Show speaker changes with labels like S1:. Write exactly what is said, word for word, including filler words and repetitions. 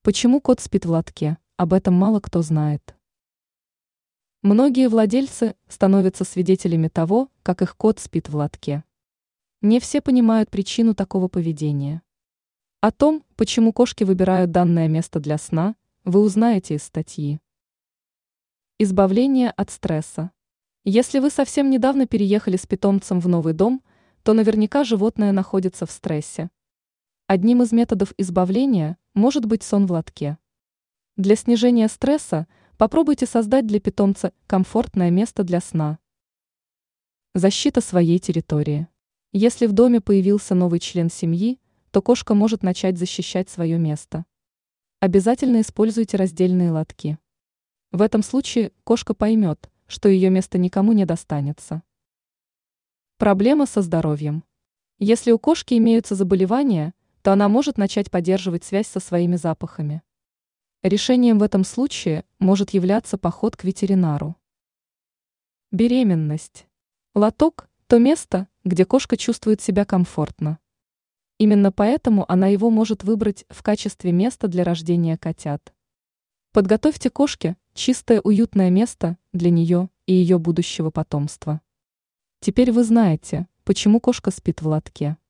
S1: Почему кот спит в лотке? Об этом мало кто знает. Многие владельцы становятся свидетелями того, как их кот спит в лотке. Не все понимают причину такого поведения. О том, почему кошки выбирают данное место для сна, вы узнаете из статьи. Избавление от стресса. Если вы совсем недавно переехали с питомцем в новый дом, то наверняка животное находится в стрессе. Одним из методов избавления может быть сон в лотке. Для снижения стресса попробуйте создать для питомца комфортное место для сна. Защита своей территории. Если в доме появился новый член семьи, то кошка может начать защищать свое место. Обязательно используйте раздельные лотки. В этом случае кошка поймет, что ее место никому не достанется. Проблема со здоровьем. Если у кошки имеются заболевания, то она может начать поддерживать связь со своими запахами. Решением в этом случае может являться поход к ветеринару. Беременность. Лоток – то место, где кошка чувствует себя комфортно. Именно поэтому она его может выбрать в качестве места для рождения котят. Подготовьте кошке чистое уютное место для нее и ее будущего потомства. Теперь вы знаете, почему кошка спит в лотке.